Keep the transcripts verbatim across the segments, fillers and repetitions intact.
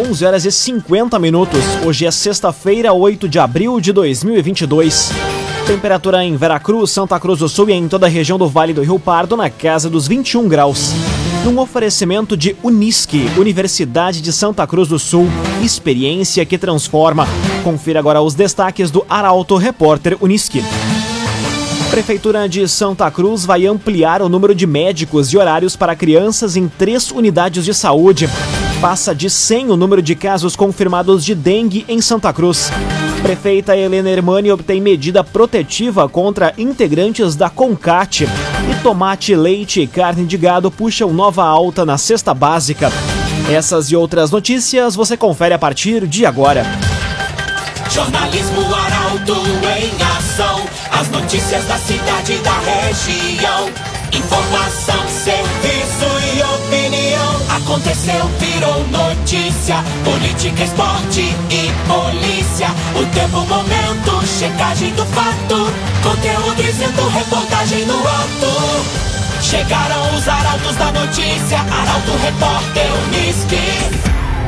onze horas e cinquenta minutos. Hoje é sexta-feira, oito de abril de dois mil e vinte e dois. Temperatura em Veracruz, Santa Cruz do Sul e em toda a região do Vale do Rio Pardo na casa dos vinte e um graus. Num oferecimento de Unisque, Universidade de Santa Cruz do Sul, experiência que transforma. Confira agora os destaques do Arauto Repórter Unisque. Prefeitura de Santa Cruz vai ampliar o número de médicos e horários para crianças em três unidades de saúde. Passa de cem o número de casos confirmados de dengue em Santa Cruz. Prefeita Helena Hermani obtém medida protetiva contra integrantes da CONCAT. E tomate, leite e carne de gado puxam nova alta na cesta básica. Essas e outras notícias você confere a partir de agora. Jornalismo Arauto em ação. As notícias da cidade e da região. Informação, serviço e opinião. Aconteceu, virou notícia. Política, esporte e polícia. O tempo, momento, checagem do fato. Conteúdo dizendo, reportagem no ato. Chegaram os arautos da notícia. Arauto Repórter Unisque.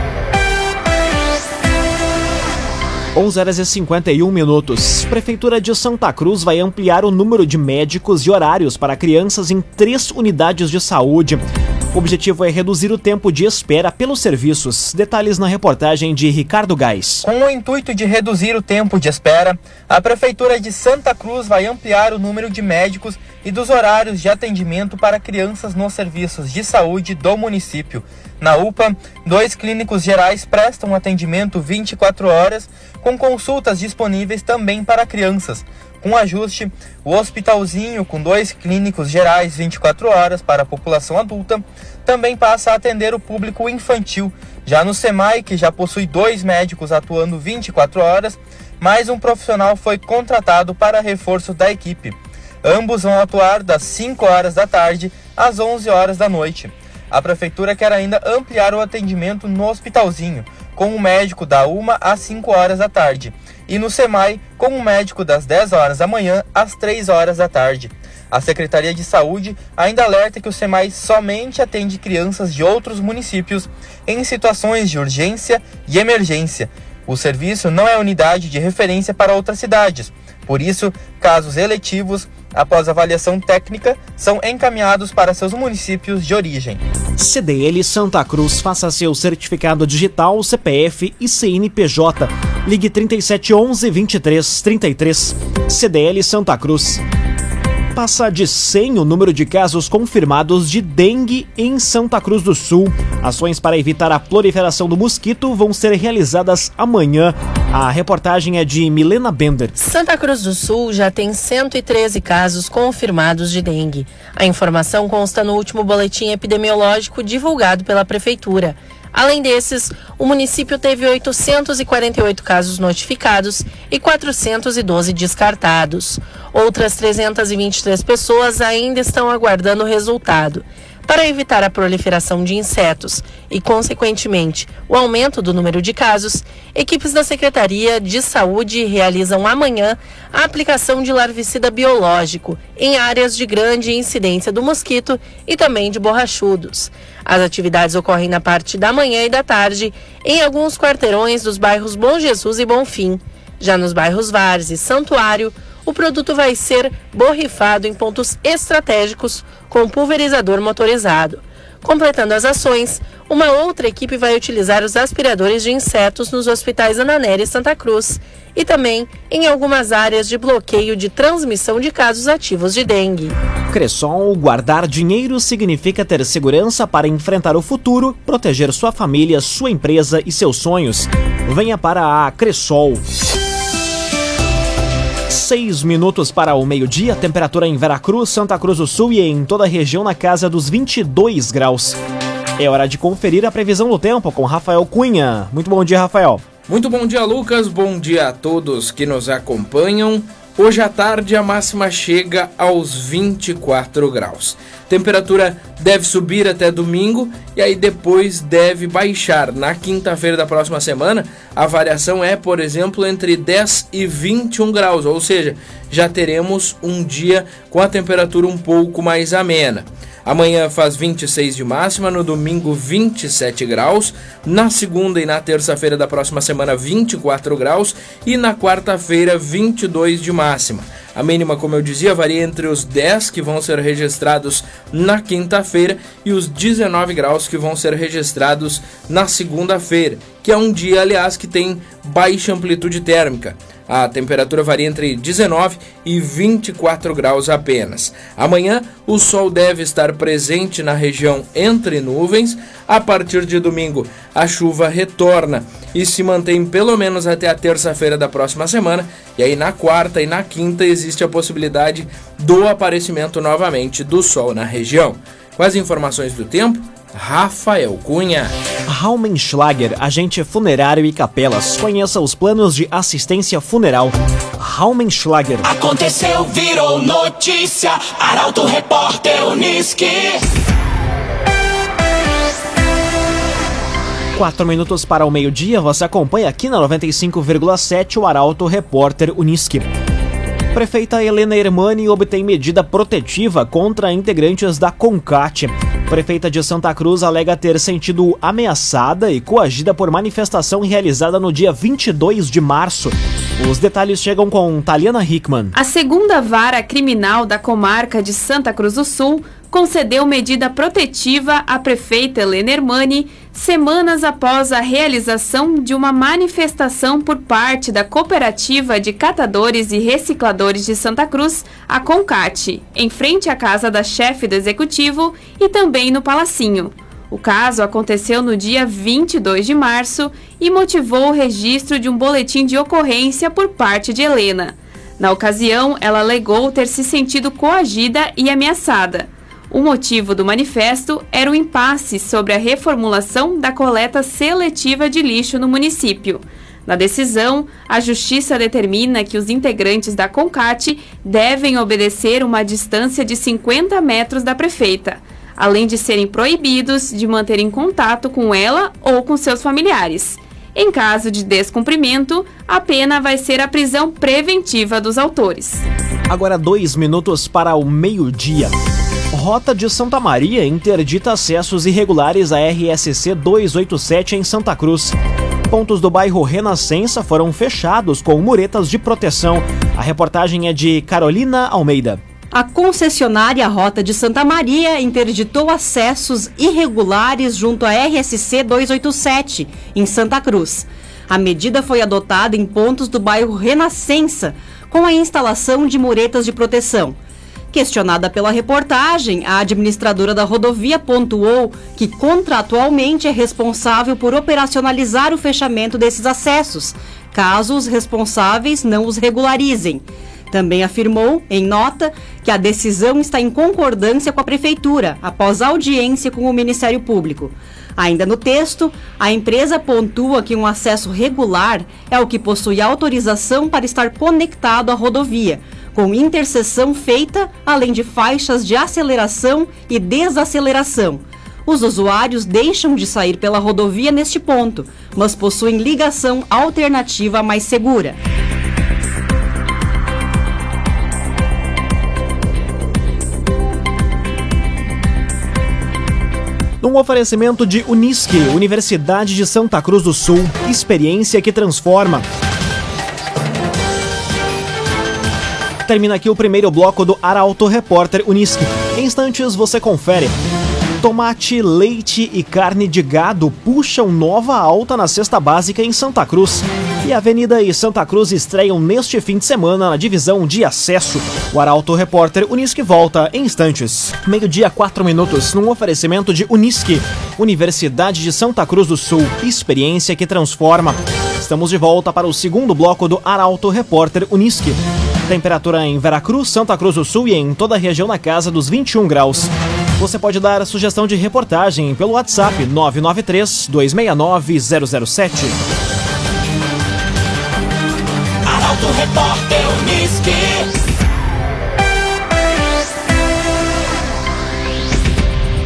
onze horas e cinquenta e um minutos. Prefeitura de Santa Cruz vai ampliar o número de médicos e horários para crianças em três unidades de saúde. O objetivo é reduzir o tempo de espera pelos serviços. Detalhes na reportagem de Ricardo Gás. Com o intuito de reduzir o tempo de espera, a Prefeitura de Santa Cruz vai ampliar o número de médicos e dos horários de atendimento para crianças nos serviços de saúde do município. Na U P A, dois clínicos gerais prestam atendimento vinte e quatro horas, com consultas disponíveis também para crianças. Com ajuste, o Hospitalzinho, com dois clínicos gerais vinte e quatro horas para a população adulta, também passa a atender o público infantil. Já no SEMAI, que já possui dois médicos atuando vinte e quatro horas, mais um profissional foi contratado para reforço da equipe. Ambos vão atuar das cinco horas da tarde às onze horas da noite. A Prefeitura quer ainda ampliar o atendimento no Hospitalzinho, com o médico da uma às cinco horas da tarde, e no SEMAI, com o médico das dez horas da manhã às três horas da tarde. A Secretaria de Saúde ainda alerta que o SEMAI somente atende crianças de outros municípios em situações de urgência e emergência. O serviço não é unidade de referência para outras cidades. Por isso, casos eletivos, após avaliação técnica, são encaminhados para seus municípios de origem. C D L Santa Cruz, faça seu certificado digital, C P F e C N P J. Ligue trinta e sete onze, vinte e três, trinta e três. C D L Santa Cruz. Passa de cem o número de casos confirmados de dengue em Santa Cruz do Sul. Ações para evitar a proliferação do mosquito vão ser realizadas amanhã. A reportagem é de Milena Bender. Santa Cruz do Sul já tem cento e treze casos confirmados de dengue. A informação consta no último boletim epidemiológico divulgado pela Prefeitura. Além desses, o município teve oitocentos e quarenta e oito casos notificados e quatrocentos e doze descartados. Outras trezentas e vinte e três pessoas ainda estão aguardando o resultado. Para evitar a proliferação de insetos e, consequentemente, o aumento do número de casos, equipes da Secretaria de Saúde realizam amanhã a aplicação de larvicida biológico em áreas de grande incidência do mosquito e também de borrachudos. As atividades ocorrem na parte da manhã e da tarde em alguns quarteirões dos bairros Bom Jesus e Bonfim. Já nos bairros Várzea e Santuário, o produto vai ser borrifado em pontos estratégicos com pulverizador motorizado. Completando as ações, uma outra equipe vai utilizar os aspiradores de insetos nos hospitais Ananera e Santa Cruz e também em algumas áreas de bloqueio de transmissão de casos ativos de dengue. Cressol, guardar dinheiro significa ter segurança para enfrentar o futuro, proteger sua família, sua empresa e seus sonhos. Venha para a Cressol. Seis minutos para o meio-dia, temperatura em Veracruz, Santa Cruz do Sul e em toda a região na casa dos vinte e dois graus. É hora de conferir a previsão do tempo com Rafael Cunha. Muito bom dia, Rafael. Muito bom dia, Lucas. Bom dia a todos que nos acompanham. Hoje à tarde a máxima chega aos vinte e quatro graus. Temperatura deve subir até domingo e aí depois deve baixar. Na quinta-feira da próxima semana, a variação é, por exemplo, entre dez e vinte e um graus, ou seja, já teremos um dia com a temperatura um pouco mais amena. Amanhã faz vinte e seis de máxima, no domingo vinte e sete graus, na segunda e na terça-feira da próxima semana vinte e quatro graus e na quarta-feira vinte e dois de máxima. A mínima, como eu dizia, varia entre os dez que vão ser registrados na quinta-feira e os dezenove graus que vão ser registrados na segunda-feira, que é um dia, aliás, que tem baixa amplitude térmica. A temperatura varia entre dezenove e vinte e quatro graus apenas. Amanhã, o sol deve estar presente na região entre nuvens. A partir de domingo, a chuva retorna e se mantém pelo menos até a terça-feira da próxima semana. E aí, na quarta e na quinta, existe a possibilidade do aparecimento novamente do sol na região. Com as informações do tempo, Rafael Cunha. Raumenschlager, agente funerário e capelas. Conheça os planos de assistência funeral. Raumenschlager. Aconteceu, virou notícia. Arauto Repórter Unisque. Quatro minutos para o meio-dia, você acompanha aqui na noventa e cinco vírgula sete o Arauto Repórter Unisque. Prefeita Helena Hermani obtém medida protetiva contra integrantes da CONCAT. Prefeita de Santa Cruz alega ter sentido ameaçada e coagida por manifestação realizada no dia vinte e dois de março. Os detalhes chegam com Taliana Hickman. A segunda vara criminal da comarca de Santa Cruz do Sul concedeu medida protetiva à prefeita Helena Hermani semanas após a realização de uma manifestação por parte da Cooperativa de Catadores e Recicladores de Santa Cruz, a CONCAT, em frente à casa da chefe do Executivo e também no Palacinho. O caso aconteceu no dia vinte e dois de março e motivou o registro de um boletim de ocorrência por parte de Helena. Na ocasião, ela alegou ter se sentido coagida e ameaçada. O motivo do manifesto era o impasse sobre a reformulação da coleta seletiva de lixo no município. Na decisão, a Justiça determina que os integrantes da CONCAT devem obedecer uma distância de cinquenta metros da prefeita, além de serem proibidos de manterem contato com ela ou com seus familiares. Em caso de descumprimento, a pena vai ser a prisão preventiva dos autores. Agora dois minutos para o meio-dia. Rota de Santa Maria interdita acessos irregulares à R S C duzentos e oitenta e sete em Santa Cruz. Pontos do bairro Renascença foram fechados com muretas de proteção. A reportagem é de Carolina Almeida. A concessionária Rota de Santa Maria interditou acessos irregulares junto à R S C duzentos e oitenta e sete, em Santa Cruz. A medida foi adotada em pontos do bairro Renascença, com a instalação de muretas de proteção. Questionada pela reportagem, a administradora da rodovia pontuou que contratualmente é responsável por operacionalizar o fechamento desses acessos, caso os responsáveis não os regularizem. Também afirmou, em nota, que a decisão está em concordância com a Prefeitura, após audiência com o Ministério Público. Ainda no texto, a empresa pontua que um acesso regular é o que possui autorização para estar conectado à rodovia, com interseção feita, além de faixas de aceleração e desaceleração. Os usuários deixam de sair pela rodovia neste ponto, mas possuem ligação alternativa mais segura. Um oferecimento de Unisque, Universidade de Santa Cruz do Sul, experiência que transforma. Termina aqui o primeiro bloco do Arauto Repórter Unisque. Em instantes você confere. Tomate, leite e carne de gado puxam nova alta na cesta básica em Santa Cruz. E Avenida e Santa Cruz estreiam neste fim de semana na divisão de acesso. O Arauto Repórter Unisque volta em instantes. Meio-dia, quatro minutos, num oferecimento de Unisque, Universidade de Santa Cruz do Sul, experiência que transforma. Estamos de volta para o segundo bloco do Arauto Repórter Unisque. Temperatura em Veracruz, Santa Cruz do Sul e em toda a região na casa dos vinte e um graus. Você pode dar sugestão de reportagem pelo WhatsApp nove nove três, dois seis nove, zero zero sete. Arauto Repórter Unisque.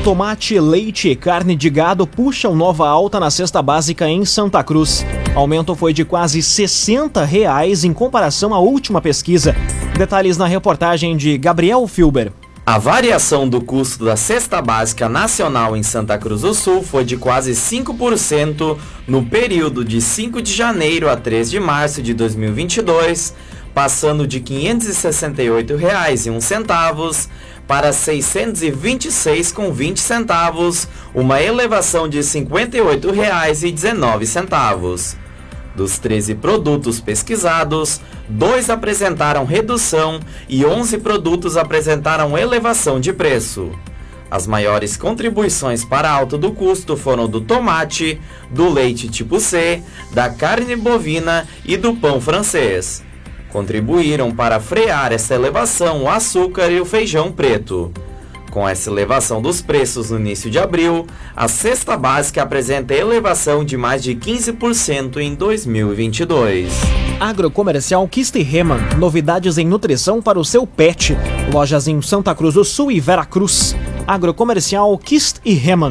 Tomate, leite e carne de gado puxam nova alta na cesta básica em Santa Cruz. O aumento foi de quase sessenta reais em comparação à última pesquisa. Detalhes na reportagem de Gabriel Filber. A variação do custo da cesta básica nacional em Santa Cruz do Sul foi de quase cinco por cento no período de cinco de janeiro a três de março de dois mil e vinte e dois, passando de quinhentos e sessenta e oito reais e um centavo para seiscentos e vinte e seis reais e vinte centavos, uma elevação de cinquenta e oito reais e dezenove centavos. Dos treze produtos pesquisados, dois apresentaram redução e onze produtos apresentaram elevação de preço. As maiores contribuições para a alta do custo foram do tomate, do leite tipo C, da carne bovina e do pão francês. Contribuíram para frear essa elevação o açúcar e o feijão preto. Com essa elevação dos preços no início de abril, a cesta básica apresenta elevação de mais de quinze por cento em dois mil e vinte e dois. Agrocomercial Kist e Hemann, novidades em nutrição para o seu pet. Lojas em Santa Cruz do Sul e Veracruz. Agrocomercial Kist e Hemann.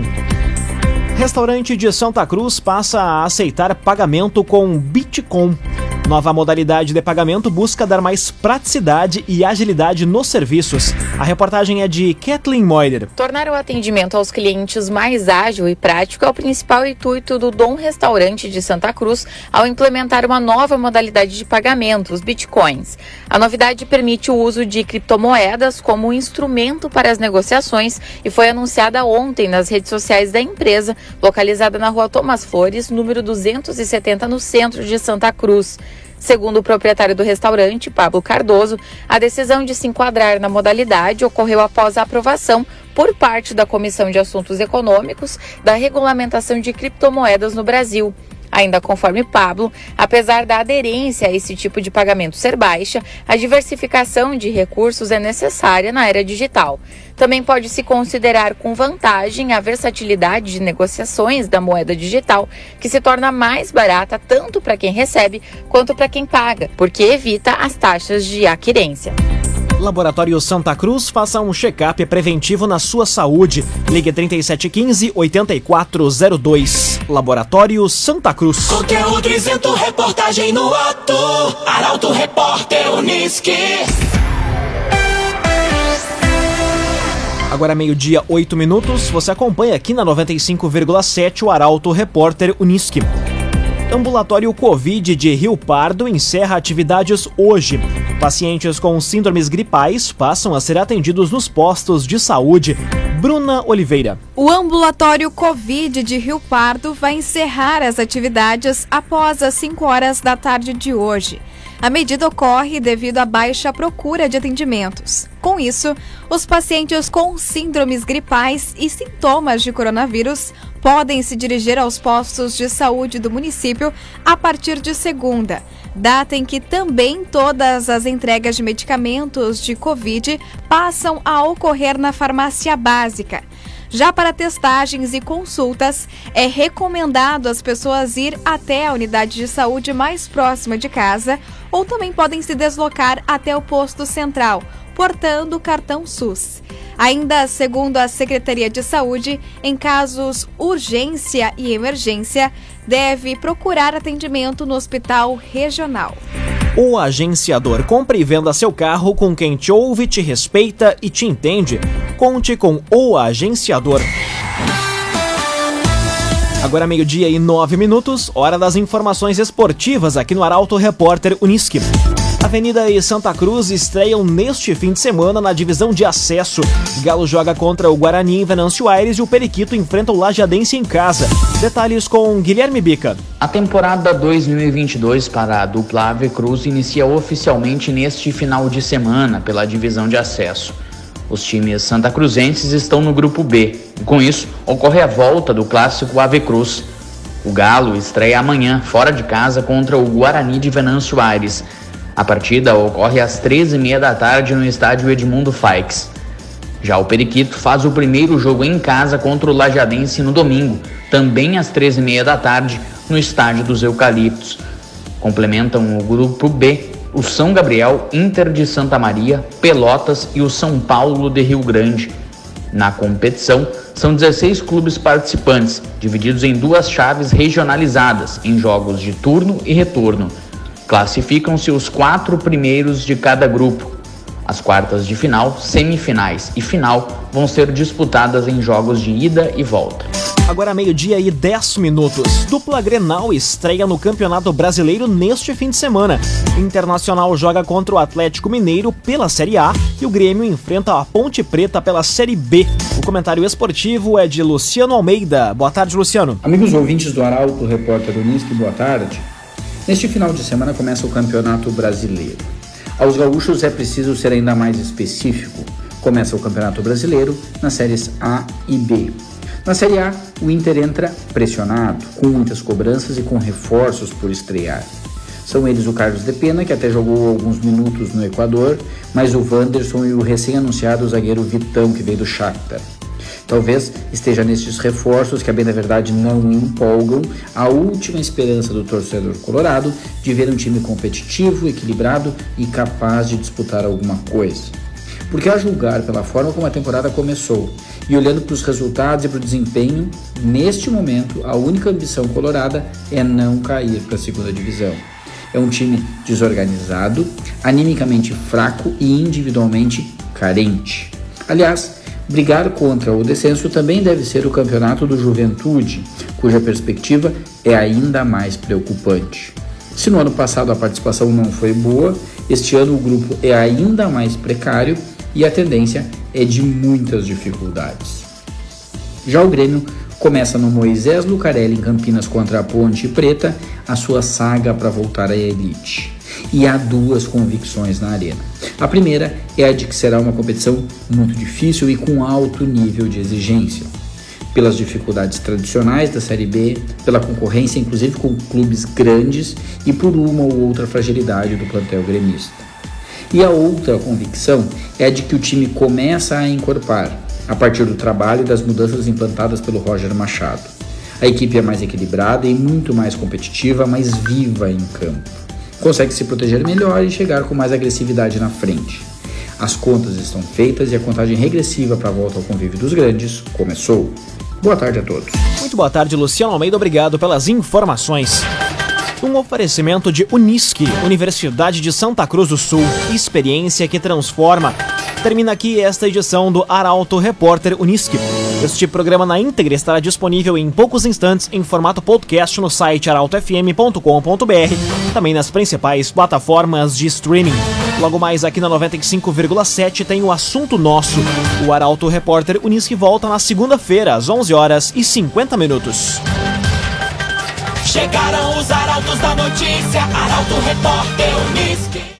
Restaurante de Santa Cruz passa a aceitar pagamento com Bitcoin. Nova modalidade de pagamento busca dar mais praticidade e agilidade nos serviços. A reportagem é de Kathleen Moider. Tornar o atendimento aos clientes mais ágil e prático é o principal intuito do Dom Restaurante de Santa Cruz ao implementar uma nova modalidade de pagamento, os bitcoins. A novidade permite o uso de criptomoedas como instrumento para as negociações e foi anunciada ontem nas redes sociais da empresa, localizada na rua Tomás Flores, número duzentos e setenta, no centro de Santa Cruz. Segundo o proprietário do restaurante, Pablo Cardoso, a decisão de se enquadrar na modalidade ocorreu após a aprovação por parte da Comissão de Assuntos Econômicos da regulamentação de criptomoedas no Brasil. Ainda conforme Pablo, apesar da aderência a esse tipo de pagamento ser baixa, a diversificação de recursos é necessária na era digital. Também pode-se considerar com vantagem a versatilidade de negociações da moeda digital, que se torna mais barata tanto para quem recebe quanto para quem paga, porque evita as taxas de adquirência. Laboratório Santa Cruz, faça um check-up preventivo na sua saúde. Ligue trinta e sete quinze, oitenta e quatro zero dois. Laboratório Santa Cruz. Conteúdo isento, reportagem no ato. Arauto Repórter Unisque. Agora meio-dia, oito minutos. Você acompanha aqui na noventa e cinco vírgula sete o Arauto Repórter Unisque. Ambulatório Covid de Rio Pardo encerra atividades hoje. Pacientes com síndromes gripais passam a ser atendidos nos postos de saúde. Bruna Oliveira. O ambulatório Covid de Rio Pardo vai encerrar as atividades após as cinco horas da tarde de hoje. A medida ocorre devido à baixa procura de atendimentos. Com isso, os pacientes com síndromes gripais e sintomas de coronavírus podem se dirigir aos postos de saúde do município a partir de segunda, data em que também todas as entregas de medicamentos de Covid passam a ocorrer na farmácia básica. Já para testagens e consultas, é recomendado as pessoas ir até a unidade de saúde mais próxima de casa ou também podem se deslocar até o posto central, portando o cartão SUS. Ainda segundo a Secretaria de Saúde, em casos urgência e emergência, deve procurar atendimento no hospital regional. O agenciador. Compre e venda seu carro com quem te ouve, te respeita e te entende. Conte com o agenciador. Agora meio-dia e nove minutos, hora das informações esportivas aqui no Arauto Repórter Unisque. Avenida e Santa Cruz estreiam neste fim de semana na divisão de acesso. Galo joga contra o Guarani em Venâncio Aires e o Periquito enfrenta o Lajadense em casa. Detalhes com Guilherme Bica. A temporada dois mil e vinte e dois para a dupla Ave Cruz inicia oficialmente neste final de semana pela divisão de acesso. Os times santacruzenses estão no grupo B e com isso ocorre a volta do clássico Ave Cruz. O Galo estreia amanhã fora de casa contra o Guarani de Venâncio Aires. A partida ocorre às treze e meia da tarde no estádio Edmundo Faix. Já o Periquito faz o primeiro jogo em casa contra o Lajadense no domingo, também às treze e meia da tarde, no estádio dos Eucaliptos. Complementam o grupo B o São Gabriel, Inter de Santa Maria, Pelotas e o São Paulo de Rio Grande. Na competição, São dezesseis clubes participantes, divididos em duas chaves regionalizadas, em jogos de turno e retorno. Classificam-se os quatro primeiros de cada grupo. As quartas de final, semifinais e final vão ser disputadas em jogos de ida e volta. Agora meio-dia e dez minutos. Dupla Grenal estreia no Campeonato Brasileiro neste fim de semana. Internacional joga contra o Atlético Mineiro pela Série A e o Grêmio enfrenta a Ponte Preta pela Série B. O comentário esportivo é de Luciano Almeida. Boa tarde, Luciano. Amigos ouvintes do Arauto, repórter Unisque, boa tarde. Neste final de semana começa o Campeonato Brasileiro. Aos gaúchos é preciso ser ainda mais específico. Começa o Campeonato Brasileiro nas séries A e B. Na Série A, o Inter entra pressionado, com muitas cobranças e com reforços por estrear. São eles o Carlos de Pena, que até jogou alguns minutos no Equador, mas o Wanderson e o recém-anunciado zagueiro Vitão, que veio do Shakhtar. Talvez esteja nestes reforços, que a bem da verdade não empolgam, a última esperança do torcedor colorado de ver um time competitivo, equilibrado e capaz de disputar alguma coisa. Porque a julgar pela forma como a temporada começou e olhando para os resultados e para o desempenho, neste momento a única ambição colorada é não cair para a segunda divisão. É um time desorganizado, animicamente fraco e individualmente carente. Aliás, brigar contra o descenso também deve ser o campeonato do Juventude, cuja perspectiva é ainda mais preocupante. Se no ano passado a participação não foi boa, este ano o grupo é ainda mais precário e a tendência é de muitas dificuldades. Já o Grêmio começa no Moisés Lucarelli em Campinas contra a Ponte Preta a sua saga para voltar à elite. E há duas convicções na arena. A primeira é a de que será uma competição muito difícil e com alto nível de exigência. Pelas dificuldades tradicionais da Série B, pela concorrência inclusive com clubes grandes e por uma ou outra fragilidade do plantel gremista. E a outra convicção é a de que o time começa a encorpar, a partir do trabalho e das mudanças implantadas pelo Roger Machado. A equipe é mais equilibrada e muito mais competitiva, mais viva em campo. Consegue se proteger melhor e chegar com mais agressividade na frente. As contas estão feitas e a contagem regressiva para a volta ao convívio dos grandes começou. Boa tarde a todos. Muito boa tarde, Luciano Almeida. Obrigado pelas informações. Um oferecimento de Unisque, Universidade de Santa Cruz do Sul, experiência que transforma. Termina aqui esta edição do Arauto Repórter Unisque. Este programa na íntegra estará disponível em poucos instantes em formato podcast no site arauto f m ponto com ponto b r, também nas principais plataformas de streaming. Logo mais aqui na noventa e cinco vírgula sete tem o Assunto Nosso. O Arauto Repórter Unisque volta na segunda-feira às onze horas e cinquenta minutos. Chegaram os arautos da notícia, Arauto Repórter Unisque.